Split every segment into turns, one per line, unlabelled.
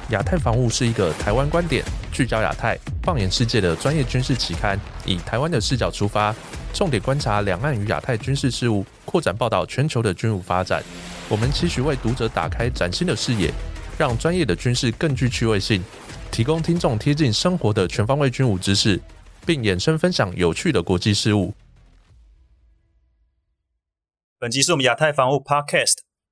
亚太防务是一个台湾观点，聚焦亚太、放眼世界的专业军事期刊，以台湾的视角出发，重点观察两岸与亚太军事事务，扩展报道全球的军武发展。我们期许为读者打开崭新的视野，让专业的军事更具趣味性，提供听众贴近生活的全方位军武知识，并衍生分享有趣的国际事务。
本集是我们亚太防务 Podcast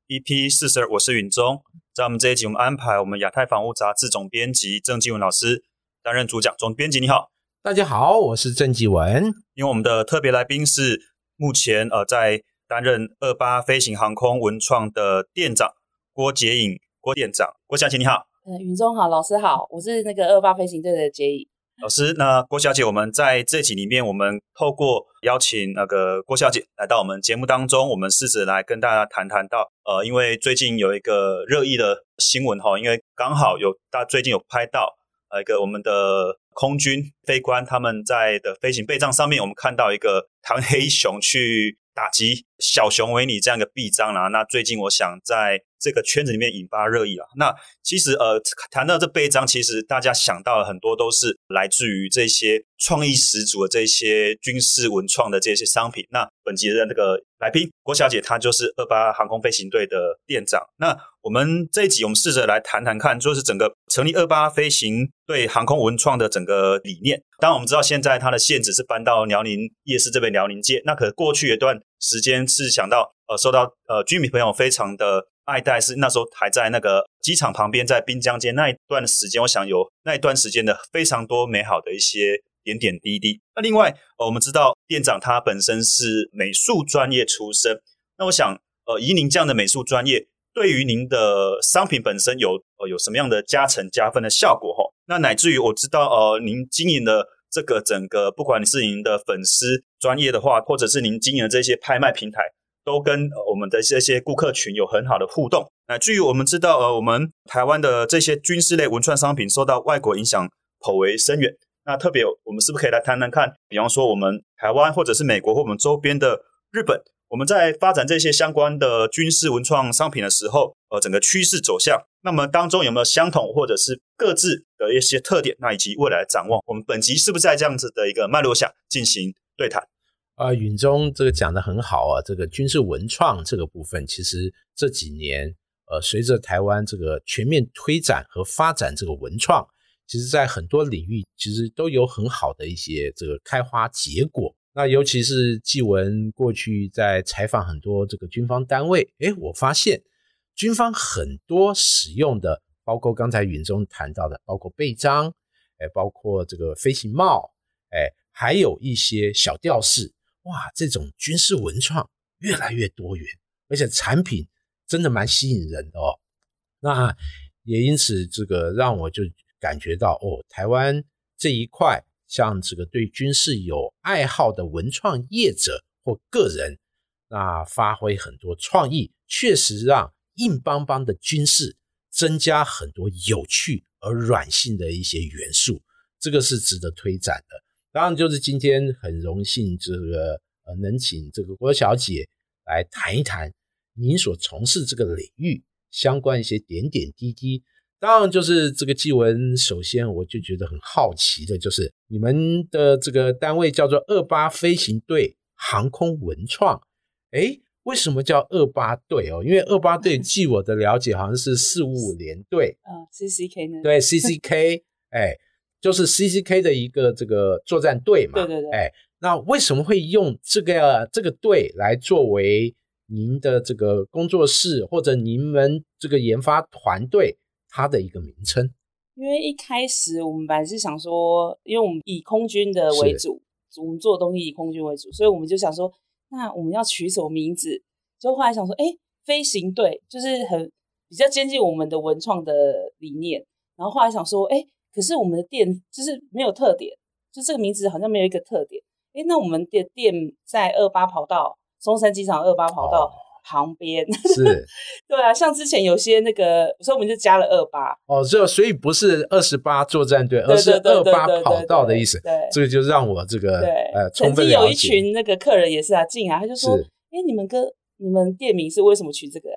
EP42， 我是允中。在我们这一集，我们安排我们亚太防务杂志总编辑郑继文老师担任主讲。总编辑你好。
大家好，我是郑继文。
因为我们的特别来宾是目前在担任28飞行航空文创的店长郭捷颖郭店长。郭小姐你好。
允中好，老师好，我是那个28飞行队的捷颖。
老师，那郭小姐，我们在这集里面，我们透过邀请那个郭小姐来到我们节目当中，我们试着来跟大家谈到，因为最近有一个热议的新闻哈，因为刚好最近有拍到一个我们的空军飞官他们在的飞行备章上面，我们看到一个台湾黑熊去打击小熊维尼这样一个臂章啦。那最近我想在这个圈子里面引发热议啦。那其实谈到这臂章，其实大家想到了很多都是来自于这些创意十足的这些军事文创的这些商品。那本集的那个来宾郭小姐，她就是28航空飞行队的店长。那我们这一集我们试着来谈看，就是整个成立28飞行队航空文创的整个理念。当然我们知道现在它的现址是搬到辽宁夜市这边辽宁街，那可过去一段时间是想到受到居民朋友非常的爱戴，是那时候还在那个机场旁边，在滨江街那一段时间，我想有那一段时间的非常多美好的一些点点滴滴。那另外我们知道店长他本身是美术专业出身，那我想以您这样的美术专业，对于您的商品本身有什么样的加成加分的效果齁？那乃至于我知道您经营的这个整个，不管是您的粉丝专业的话，或者是您经营的这些拍卖平台，都跟我们的这些顾客群有很好的互动。乃至于我们知道我们台湾的这些军事类文创商品受到外国影响颇为深远。那特别我们是不是可以来谈看，比方说我们台湾或者是美国或我们周边的日本，我们在发展这些相关的军事文创商品的时候，整个趋势走向，那么当中有没有相同或者是各自的一些特点，那以及未来的展望，我们本集是不是在这样子的一个脉络下进行对谈？
允中这个讲得很好啊，这个军事文创这个部分，其实这几年随着台湾这个全面推展和发展这个文创，其实在很多领域其实都有很好的一些这个开花结果。那尤其是继文过去在采访很多这个军方单位，我发现军方很多使用的，包括刚才允中谈到的，包括背章，包括这个飞行帽，还有一些小吊饰，哇，这种军事文创越来越多元，而且产品真的蛮吸引人的哦。那也因此这个让我就感觉到台湾这一块像这个对军事有爱好的文创业者或个人，那发挥很多创意，确实让硬邦邦的军事增加很多有趣而软性的一些元素，这个是值得推展的。当然就是今天很荣幸这个能请这个郭小姐来谈一谈您所从事这个领域相关一些点点滴滴。当然就是这个继文，首先我就觉得很好奇的就是你们的这个单位叫做28飞行队航空文创，为什么叫28队哦？因为28队据我的了解好像是455联队
CCK 呢？
对 CCK 就是 CCK 的一个这个作战队嘛。
对，
那为什么会用这个队来作为您的这个工作室或者你们这个研发团队它的一个名称？
因为一开始我们本来是想说，因为我们以空军的为主，我们做的东西以空军为主，所以我们就想说，那我们要取什么名字？就后来想说，飞行队就是比较接近我们的文创的理念。然后后来想说，可是我们的店就是没有特点，就这个名字好像没有一个特点。那我们的店在28跑道，松山机场28跑道旁边，
是
对啊，像之前有些那个，所以我们就加了28
所以不是28作战队，而是28跑道的意思。这个就让我这个充分了解。曾经
有一群那个客人也是进来，他就说，你们店名是为什么取这个啊？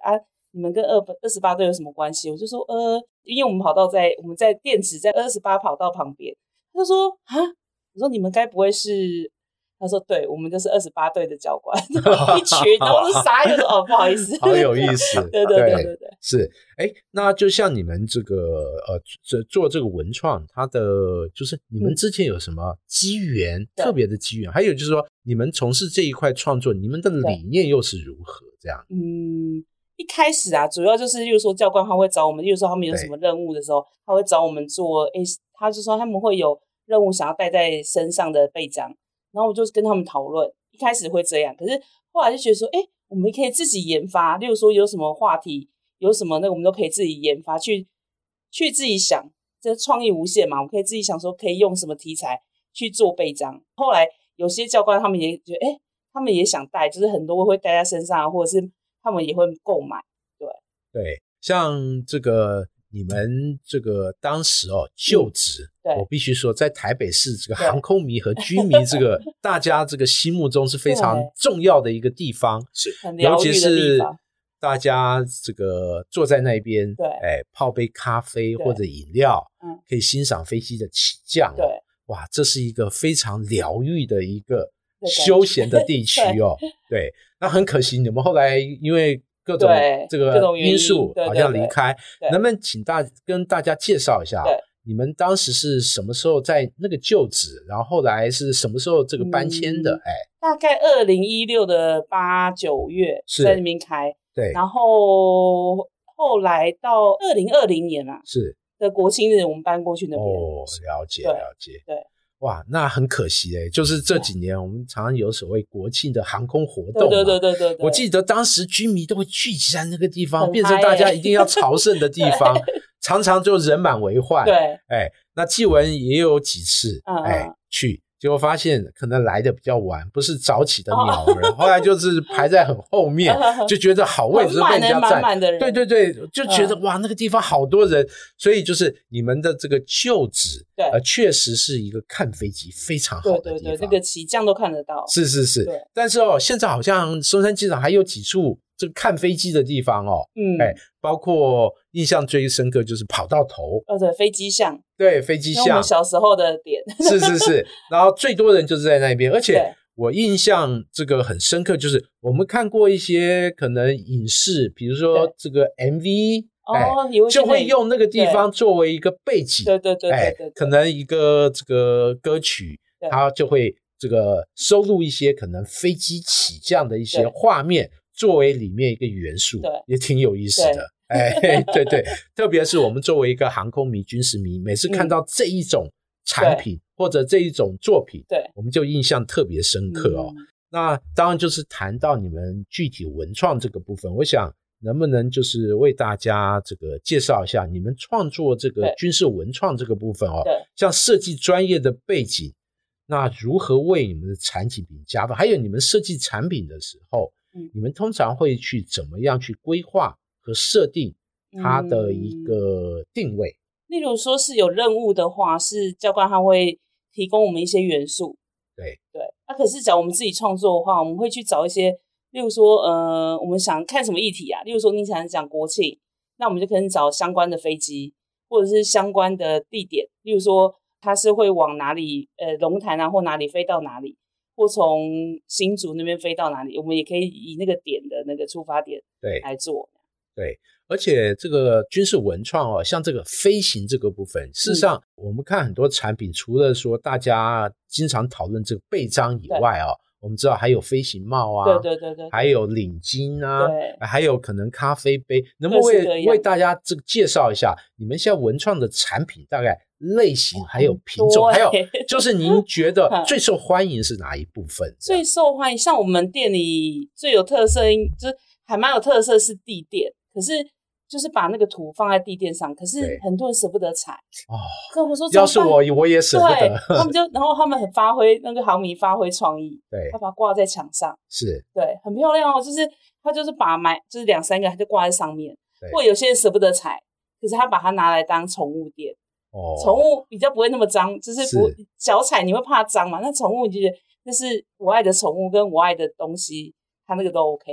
你们跟28队有什么关系？我就说因为我们在电池在28跑道旁边。他就说啊，我说你们该不会是？他说对，我们就是28队的教官，一群，然后我就傻眼，就说不好意思，
好有意思，
对，
是，那就像你们这个做这个文创，它的就是你们之前有什么机缘，特别的机缘，还有就是说你们从事这一块创作，你们的理念又是如何这样？
一开始啊，主要就是例如说教官他会找我们，例如说他们有什么任务的时候，他会找我们做，他就说他们会有任务想要带在身上的背章。然后我就跟他们讨论，一开始会这样，可是后来就觉得说，我们可以自己研发，例如说有什么话题，有什么那个我们都可以自己研发，去自己想，这创意无限嘛，我们可以自己想说可以用什么题材去做背章。后来有些教官他们也觉得，他们也想带，就是很多会带在身上，或者是他们也会购买，
对，像这个。你们这个当时就职，我必须说，在台北市这个航空迷和居迷这个大家这个心目中是非常重要的一个地方，
是
尤其是大家这个坐在那边，泡杯咖啡或者饮料，可以欣赏飞机的起降，哇，这是一个非常疗愈的一个休闲的地区对，那很可惜你们后来因为各种这个因素好像离开，能不能请跟大家介绍一下，你们当时是什么时候在那个就职，然后后来是什么时候这个搬迁的？
大概2016的8、9月在那边开，
对，
然后后来到2020年
是
的国庆日我们搬过去那边。
了解，
对。
哇，那很可惜就是这几年我们常常有所谓国庆的航空活动，
对，
我记得当时居民都会聚集在那个地方，变成大家一定要朝圣的地方，常常就人满为患。
对，
那纪文也有几次去，结果发现可能来的比较晚，不是早起的鸟儿，后来就是排在很后面，就觉得好位置就被人家占，
满的人，
对，就觉得哇，那个地方好多人，所以就是你们的这个就职，确实是一个看飞机非常好的地方，
对，那个起降都看得到，
是，但是现在好像松山机场还有几处这个看飞机的地方包括印象最深刻就是跑道头，
对，飞机巷，
对，飞机巷，
我们小时候的点，
是，然后最多人就是在那边，而且我印象这个很深刻，就是我们看过一些可能影视，比如说这个 MV，就会用那个地方作为一个背景，
对，
可能一个这个歌曲，它就会这个收录一些可能飞机起降的一些画面，作为里面一个元素，也挺有意思的。对，特别是我们作为一个航空迷、军事迷，每次看到这一种产品或者这一种作品，我们就印象特别深刻那当然就是谈到你们具体文创这个部分，我想能不能就是为大家这个介绍一下你们创作这个军事文创这个部分像设计专业的背景，那如何为你们的产品加分，还有你们设计产品的时候，你们通常会去怎么样去规划和设定它的一个定位？
例如说是有任务的话，是教官他会提供我们一些元素，对。可是假如我们自己创作的话，我们会去找一些，例如说我们想看什么议题啊，例如说你想讲国庆，那我们就可能找相关的飞机或者是相关的地点，例如说它是会往哪里龙潭啊或哪里飞到哪里，或从新竹那边飞到哪里，我们也可以以那个点的那个出发点来做。
对，而且这个军事文创像这个飞行这个部分，事实上我们看很多产品，除了说大家经常讨论这个背章以外我们知道还有飞行帽啊，
对，
还有领巾啊，还有可能咖啡杯，能不能为大家这个介绍一下你们现在文创的产品大概类型还有品种，还有就是您觉得最受欢迎是哪一部分？
最受欢迎，像我们店里最有特色，就是还蛮有特色是地垫，可是就是把那个图放在地垫上，可是很多人舍不得踩客户说
要是我也舍不得，
他们然后他们很发挥那个航迷发挥创意，他把它挂在墙上，
是
对，很漂亮就是他就是把就是2-3个他就挂在上面，或者有些人舍不得踩，可是他把它拿来当宠物垫，宠物比较不会那么脏，就是脚踩你会怕脏嘛，那宠物你就觉得那是我爱的宠物跟我爱的东西，它那个都 OK。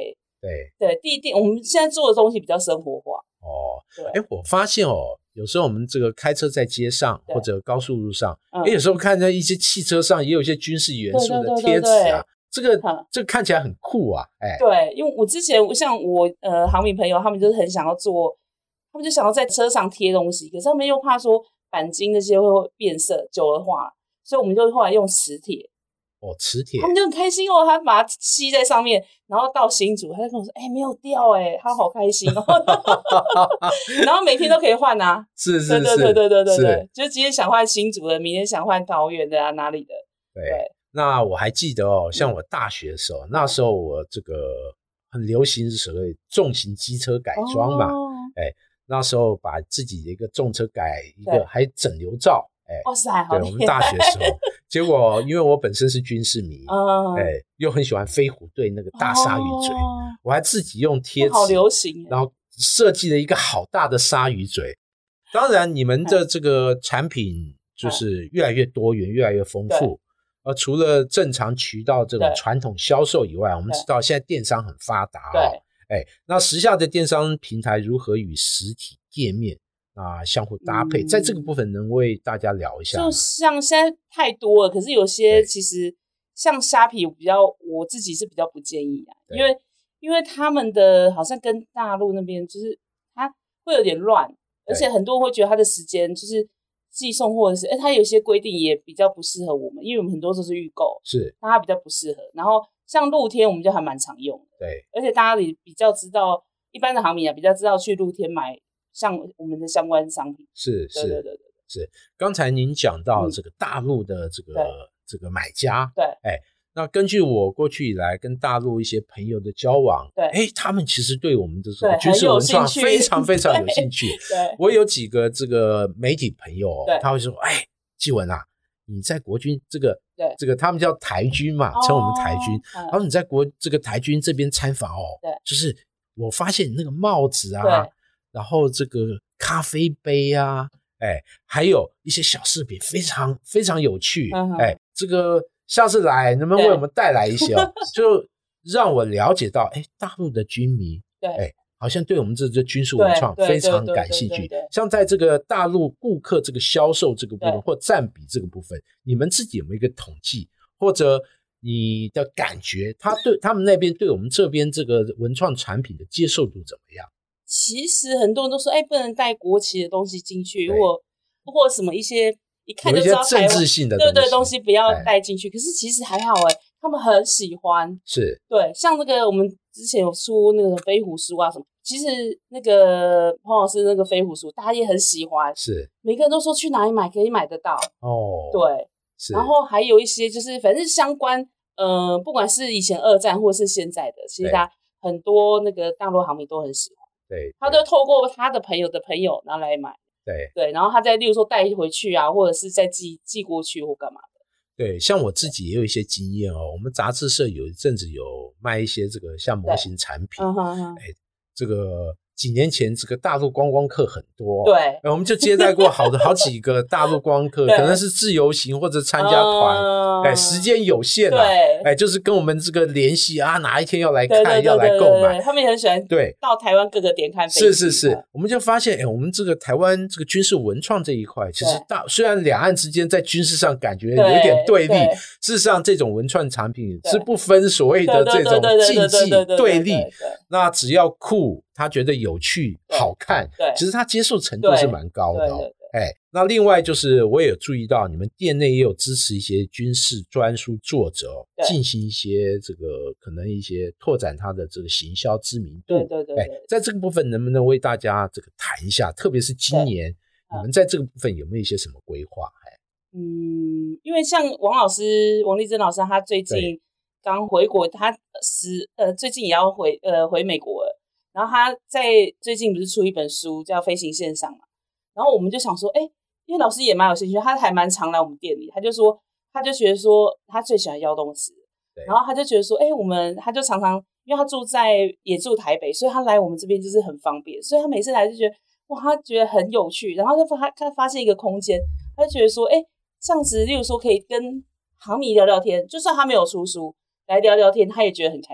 对，我们现在做的东西比较生活化。
我发现有时候我们这个开车在街上或者高速路上，有时候看到一些汽车上也有一一些军事元素的贴纸啊，这个看起来很酷啊。
对，因为我之前像我航迷朋友，他们就是很想要做，他们就想要在车上贴东西，可是他们又怕说钣金那些会变色，久了化，所以我们就后来用磁铁。
磁铁，
他们就很开心他把它吸在上面，然后到新竹，他就跟我说：“没有掉他好开心然后每天都可以换啊，
是，
对，就今天想换新竹的，明天想换桃园的哪里的。对，
那我还记得像我大学的时候，那时候我这个很流行所谓重型机车改装嘛，那时候把自己的一个重车改一个还整流罩。
哇塞，好厉害！
对，我们大学的时候，结果因为我本身是军事迷，又很喜欢飞虎队那个大鲨鱼嘴，我还自己用贴纸，
好流行，
然后设计了一个好大的鲨鱼嘴。当然，你们的这个产品就是越来越多元，越来越丰富。除了正常渠道这种传统销售以外，我们知道现在电商很发达那时下的电商平台如何与实体店面相互搭配，在这个部分能为大家聊一下吗？
就像现在太多了，可是有些其实像虾皮我自己是比较不建议因为他们的好像跟大陆那边就是它会有点乱，而且很多人会觉得它的时间就是寄送或者是它有些规定也比较不适合我们，因为我们很多都是预购，那它比较不适合。然后像露天我们就还蛮常用的，
对，
而且大家也比较知道，一般的航迷比较知道去露天买像我们的相关商品。
是。刚才您讲到这个大陆的这个买家，那根据我过去以来跟大陆一些朋友的交往，他们其实对我们的这个军事文创非常非常有兴趣。我有几个这个媒体朋友他会说：“纪文啊，你在国军这个他们叫台军嘛，称我们台军。然后你在这个台军这边参访就是我发现你那个帽子啊，然后这个咖啡杯啊，还有一些小饰品，非常非常有趣。这个下次来能不能为我们带来一些就让我了解到，大陆的军迷，好像对我们这军事文创非常感兴趣。像在这个大陆顾客这个销售这个部分或占比这个部分，你们自己有没有一个统计，或者你的感觉，他们那边对我们这边这个文创产品的接受度怎么样？
其实很多人都说，不能带国旗的东西进去，或什么一些一看就知道
政治性的
东西不要带进去。可是其实还好他们很喜欢。对，像那个我们之前有出那个飞虎书啊什么，其实那个彭老师那个飞虎书，大家也很喜欢。每个人都说去哪里买可以买得到。对，然后还有一些就是反正相关，不管是以前二战或是现在的，其实他很多那个大陆航迷都很喜欢。他都透过他的朋友的朋友然后来买。对，然后他再例如说带回去啊，或者是再寄过去或干嘛的。
对，像我自己也有一些经验我们杂志社有一阵子有卖一些这个像模型产品，这个几年前这个大陆观光客很多，我们就接待过好几个大陆观光客，可能是自由行或者参加团，时间有限就是跟我们这个联系哪一天要来看，要来购买，
他们也很喜欢到台湾各个点看飞机。
是，我们就发现我们这个台湾这个军事文创这一块，其实虽然两岸之间在军事上感觉有点对立，事实上这种文创产品是不分所谓的这种竞技对立，那只要酷，他觉得有趣好看，其实他接受程度是蛮高的那另外就是我也有注意到你们店内也有支持一些军事专书作者进行一些这个可能一些拓展他的这个行销知名度。在这个部分能不能为大家这个谈一下，特别是今年你们在这个部分有没有一些什么规划？
因为像王丽珍老师他最近刚回国，他最近也要回美国了，然后他在最近不是出一本书叫《飞行线上》嘛，然后我们就想说因为老师也蛮有兴趣，他还蛮常来我们店里，他就觉得说他最喜欢窑东石，然后他就觉得说他就常常因为他也住台北，所以他来我们这边就是很方便，所以他每次来就觉得他觉得很有趣，然后他发现一个空间，他就觉得说这样子例如说可以跟航迷聊聊天，就算他没有出书来聊聊天，他也觉得很开心。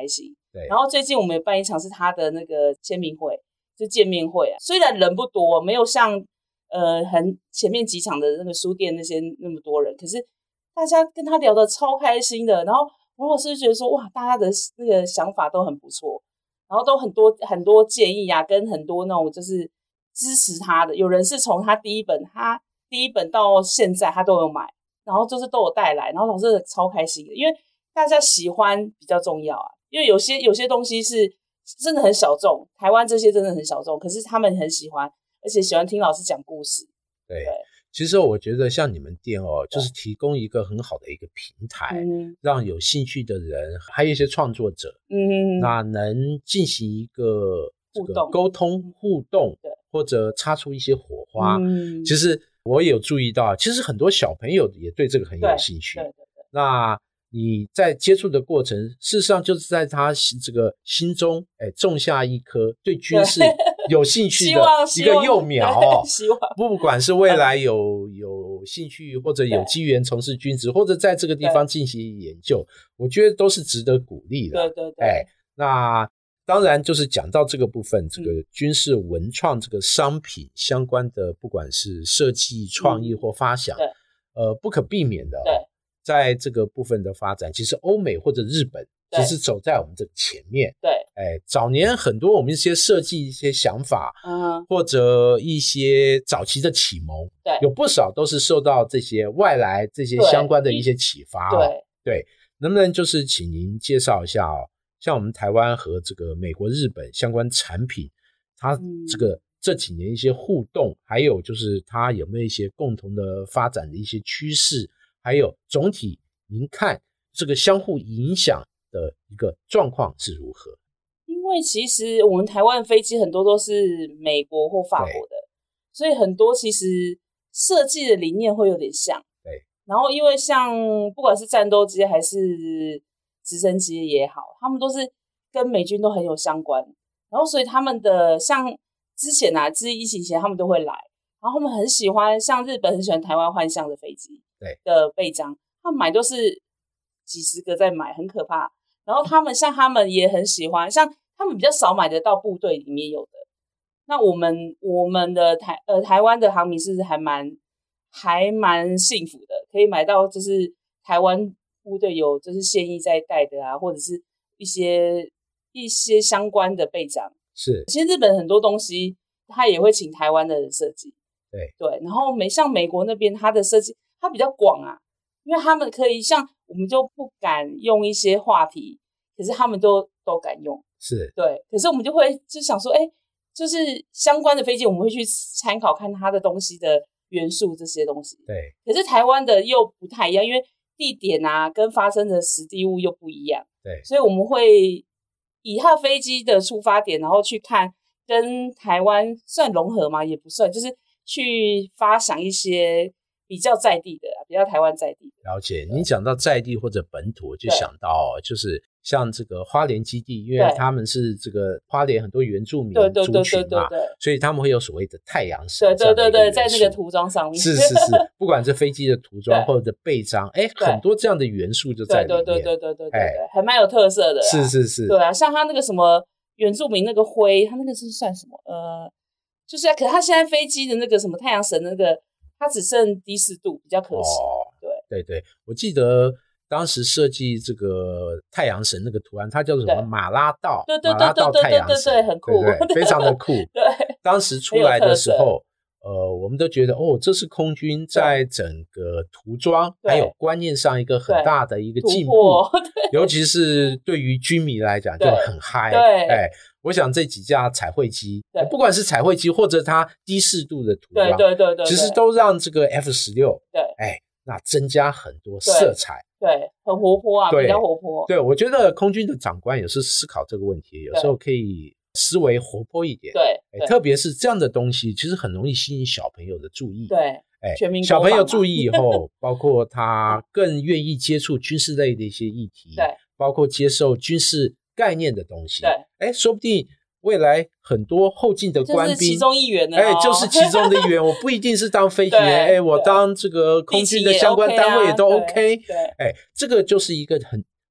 对，
然后最近我们也办一场是他的那个签名会，就见面会啊。虽然人不多，没有像很前面几场的那个书店那些那么多人，可是大家跟他聊得超开心的。然后王老师就觉得说，哇，大家的那个想法都很不错，然后都很多建议啊，跟很多那种就是支持他的。有人是从他第一本到现在他都有买，然后就是都有带来，然后老师超开心的，因为大家喜欢比较重要啊。因为有些东西是真的很小众，台湾这些真的很小众，可是他们很喜欢，而且喜欢听老师讲故事。
对，其实我觉得像你们店就是提供一个很好的一个平台，让有兴趣的人，还有一些创作者，那能进行一个这个沟通互动，或者擦出一些火花。其实我也有注意到，其实很多小朋友也对这个很有兴趣。对，那你在接触的过程，事实上就是在他这个心中种下一颗对军事有兴趣的一个幼苗
希望
不管是未来有兴趣或者有机缘从事军职，或者在这个地方进行研究，我觉得都是值得鼓励的。
对，
那当然就是讲到这个部分，这个军事文创这个商品相关的，不管是设计创意或发想，不可避免的在这个部分的发展，其实欧美或者日本只是走在我们这个前面。对，早年很多我们一些设计一些想法，或者一些早期的启蒙，有不少都是受到这些外来这些相关的一些启发。对，能不能就是请您介绍一下像我们台湾和这个美国、日本相关产品，它这几年一些互动，还有就是它有没有一些共同的发展的一些趋势？还有总体您看这个相互影响的一个状况是如何？
因为其实我们台湾飞机很多都是美国或法国的，所以很多其实设计的理念会有点像。对，然后因为像不管是战斗机还是直升机也好，他们都是跟美军都很有相关，然后所以他们的像之前疫情前他们都会来，然后他们很喜欢，像日本很喜欢台湾幻象的飞机的背章，他们买都是几十个在买，很可怕。然后他们也很喜欢，像他们比较少买得到部队里面有的。那我们的台湾的航迷是还蛮幸福的，可以买到就是台湾部队有就是现役在带的啊，或者是一些相关的背章。是，其实日本很多东西他也会请台湾的人设计。对，然后像美国那边他的设计它比较广啊，因为他们可以像我们就不敢用一些话题，可是他们都敢用。是，对，可是我们就会就想说就是相关的飞机我们会去参考看它的东西的元素这些东西。对，可是台湾的又不太一样，因为地点跟发生的实地物又不一样。对，所以我们会以它的飞机的出发点，然后去看跟台湾算融合吗？也不算，就是去发想一些比较在地的，比较台湾在地的。了解，
你讲到在地或者本土，就想到就是像这个花莲基地，因为他们是这个花莲很多原住民族群嘛，所以他们会有所谓的太阳神。
对，在那个涂装上面。是，
不管是飞机的涂装或者背章，很多这样的元素就在里面。
对，还蛮有特色的。是。对啊，像他那个什么原住民那个徽，他那个是算什么？就是可是他现在飞机的那个什么太阳神那个，它只剩低4度，比较可惜。
对，我记得当时设计这个太阳神那个图案，它叫做什么马拉道？马拉道太阳神，
对，很酷，
对，非常的酷。对，当时出来的时候，我们都觉得这是空军在整个涂装还有观念上一个很大的一个进步，尤其是对于军迷来讲就很嗨。对。我想这几架彩绘机，不管是彩绘机或者它低4度的涂装，对，其实都让这个 F-16，那增加很多色彩，
对，很活泼啊，比较活泼。
对，我觉得空军的长官也是思考这个问题，有时候可以思维活泼一点，对，特别是这样的东西，其实很容易吸引小朋友的注意，对，小朋友注意以后，包括他更愿意接触军事类的一些议题，对，包括接受军事概念的东西，对，说不定未来很多后进的官兵
就是其中一员
就是其中的一员。我不一定是当飞行员，我当这个空军的相关单位也都 OK。这个就是一个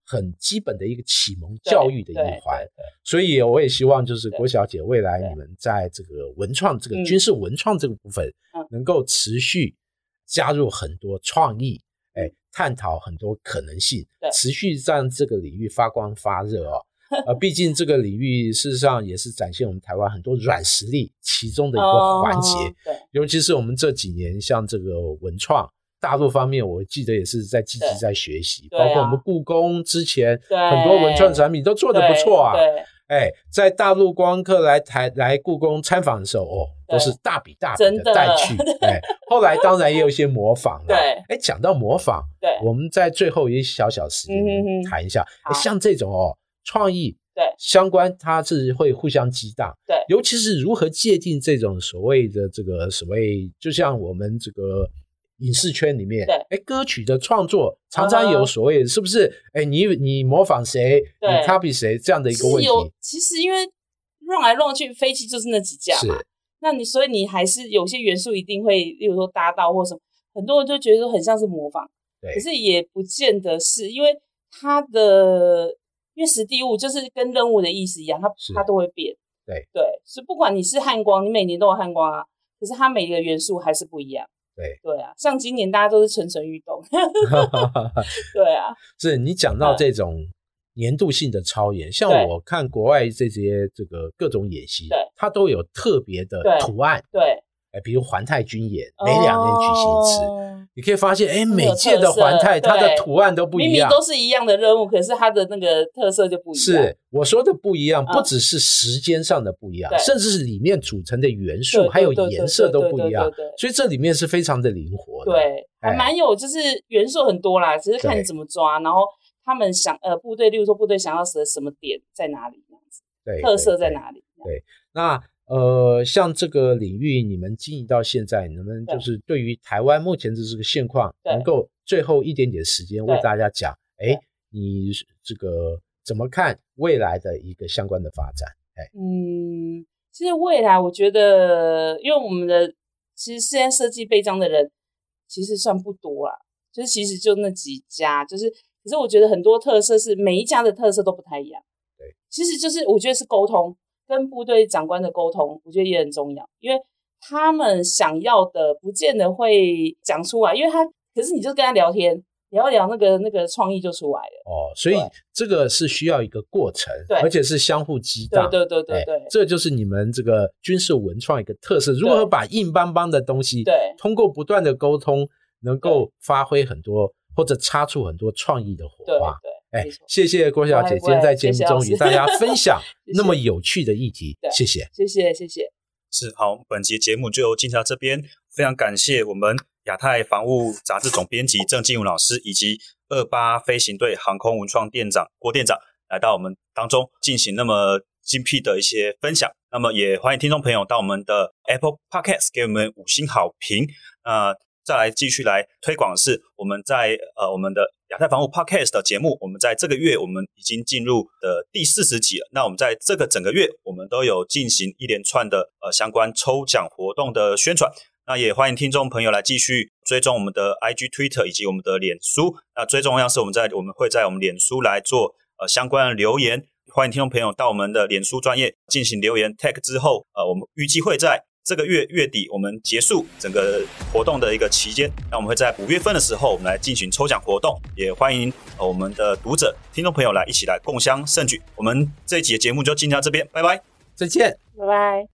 很基本的一个启蒙教育的一环。所以我也希望就是郭小姐未来你们在这个文创这个军事文创这个部分能够持续加入很多创意，探讨很多可能性，持续让这个领域发光发热毕竟这个领域事实上也是展现我们台湾很多软实力其中的一个环节，尤其是我们这几年像这个文创大陆方面，我记得也是在积极在学习，包括我们故宫之前很多文创产品都做得不错啊。在大陆观光客来故宫参访的时候，都是大笔大笔的带去。后来当然也有一些模仿了。讲到模仿，我们在最后一小小时间谈一下，像这种创意相关，它是会互相激荡。尤其是如何界定这种所谓的这个所谓，就像我们这个影视圈里面，歌曲的创作常常有所谓的是不是你模仿谁，你 copy 谁这样的一个问题。
其实因为乱来乱去，飞机就是那几架嘛，那所以你还是有些元素一定会，例如说搭到或什么，很多人就觉得说很像是模仿，可是也不见得是，因为它的因为实地物就是跟任务的意思一样，它都会变。对，所以不管你是汉光，你每年都有汉光啊，可是它每个元素还是不一样。对啊，像今年大家都是蠢蠢欲动。对啊，
是你讲到这种年度性的操演，像我看国外这些这个各种演习，它都有特别的图案。比如环太军演，每2年举行一次，你可以发现每届的环太它的图案都不一样，
明明都是一样的任务，可是它的那个特色就不一样。
是我说的不一样，不只是时间上的不一样，甚至是里面组成的元素还有颜色都不一样，所以这里面是非常的灵活的。
还蛮有，就是元素很多啦，只是看你怎么抓，然后他们部队，例如说部队想要的什么点在哪里，这样子，特色在哪里。
那像这个领域你们经营到现在，你们就是对于台湾目前的这个现况，能够最后一点点时间为大家讲，你这个怎么看未来的一个相关的发展？
其实未来我觉得，因为我们的其实现在设计背章的人其实算不多啦，就是其实就那几家，可是我觉得很多特色是每一家的特色都不太一样。其实就是我觉得是沟通。跟部队长官的沟通，我觉得也很重要，因为他们想要的不见得会讲出来，因为可是你就跟他聊天，聊一聊那个创意就出来了。
所以这个是需要一个过程，而且是相互激荡。
对，
这就是你们这个军事文创一个特色，如何把硬邦邦的东西，通过不断的沟通，能够发挥很多或者擦出很多创意的火花。谢谢郭小姐今天在节目中与大家分享那么有趣的议题，谢谢。
是，好，本集节目就进行到这边，非常感谢我们亚太防务杂志总编辑郑金武老师以及28飞行队航空文创店长郭店长来到我们当中进行那么精辟的一些分享。那么也欢迎听众朋友到我们的 Apple Podcast 给我们5星好评。再来继续来推广的是我们在我们的亚太防务 Podcast 的节目，我们在这个月我们已经进入的第40集了。那我们在这个整个月我们都有进行一连串的相关抽奖活动的宣传。那也欢迎听众朋友来继续追踪我们的 IG、Twitter 以及我们的脸书。那最重要是我们会在我们脸书来做相关的留言，欢迎听众朋友到我们的脸书专页进行留言 tag 之后，我们预计会在这个月底我们结束整个活动的一个期间，那我们会在5月份的时候我们来进行抽奖活动，也欢迎我们的读者听众朋友来一起来共襄盛举。我们这一集的节目就进行到这边，拜拜，
再见，
拜拜。